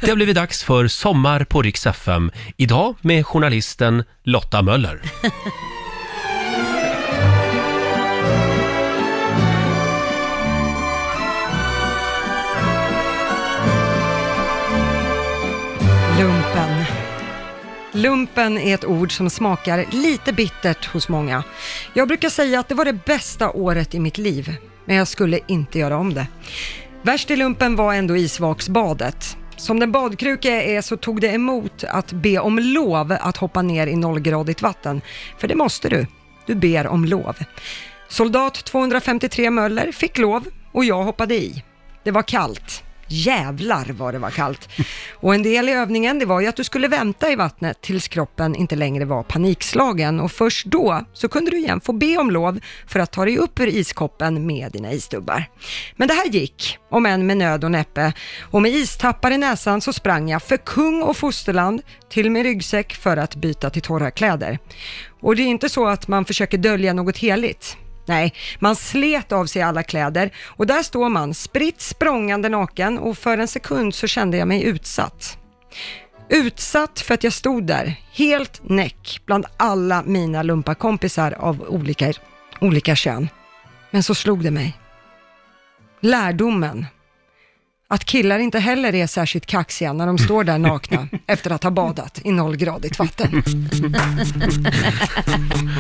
Det har blivit dags för Sommar på Rix FM. Idag med journalisten Lotta Möller. Lumpen. Lumpen är ett ord som smakar lite bittert hos många. Jag brukar säga att det var det bästa året i mitt liv, men jag skulle inte göra om det. Värst i lumpen var ändå isvaksbadet. Som den badkruka jag är så tog det emot att be om lov att hoppa ner i 0-gradigt vatten. För det måste du. Du ber om lov. Soldat 253 Möller fick lov och jag hoppade i. Det var kallt. Jävlar vad det var kallt. Och en del i övningen det var ju att du skulle vänta i vattnet tills kroppen inte längre var panikslagen. Och först då så kunde du igen få be om lov för att ta dig upp ur iskoppen med dina isdubbar. Men det här gick, om än med nöd och näppe. Och med istappar i näsan så sprang jag för kung och fosterland till min ryggsäck för att byta till torra kläder. Och det är inte så att man försöker dölja något heligt. Nej, man slet av sig alla kläder och där står man spritt språngande naken och för en sekund så kände jag mig utsatt. Utsatt för att jag stod där, helt näck bland alla mina lumpakompisar av olika kön. Men så slog det mig. Lärdomen. Att killar inte heller är särskilt kaxiga när de står där nakna efter att ha badat i 0-gradigt vatten.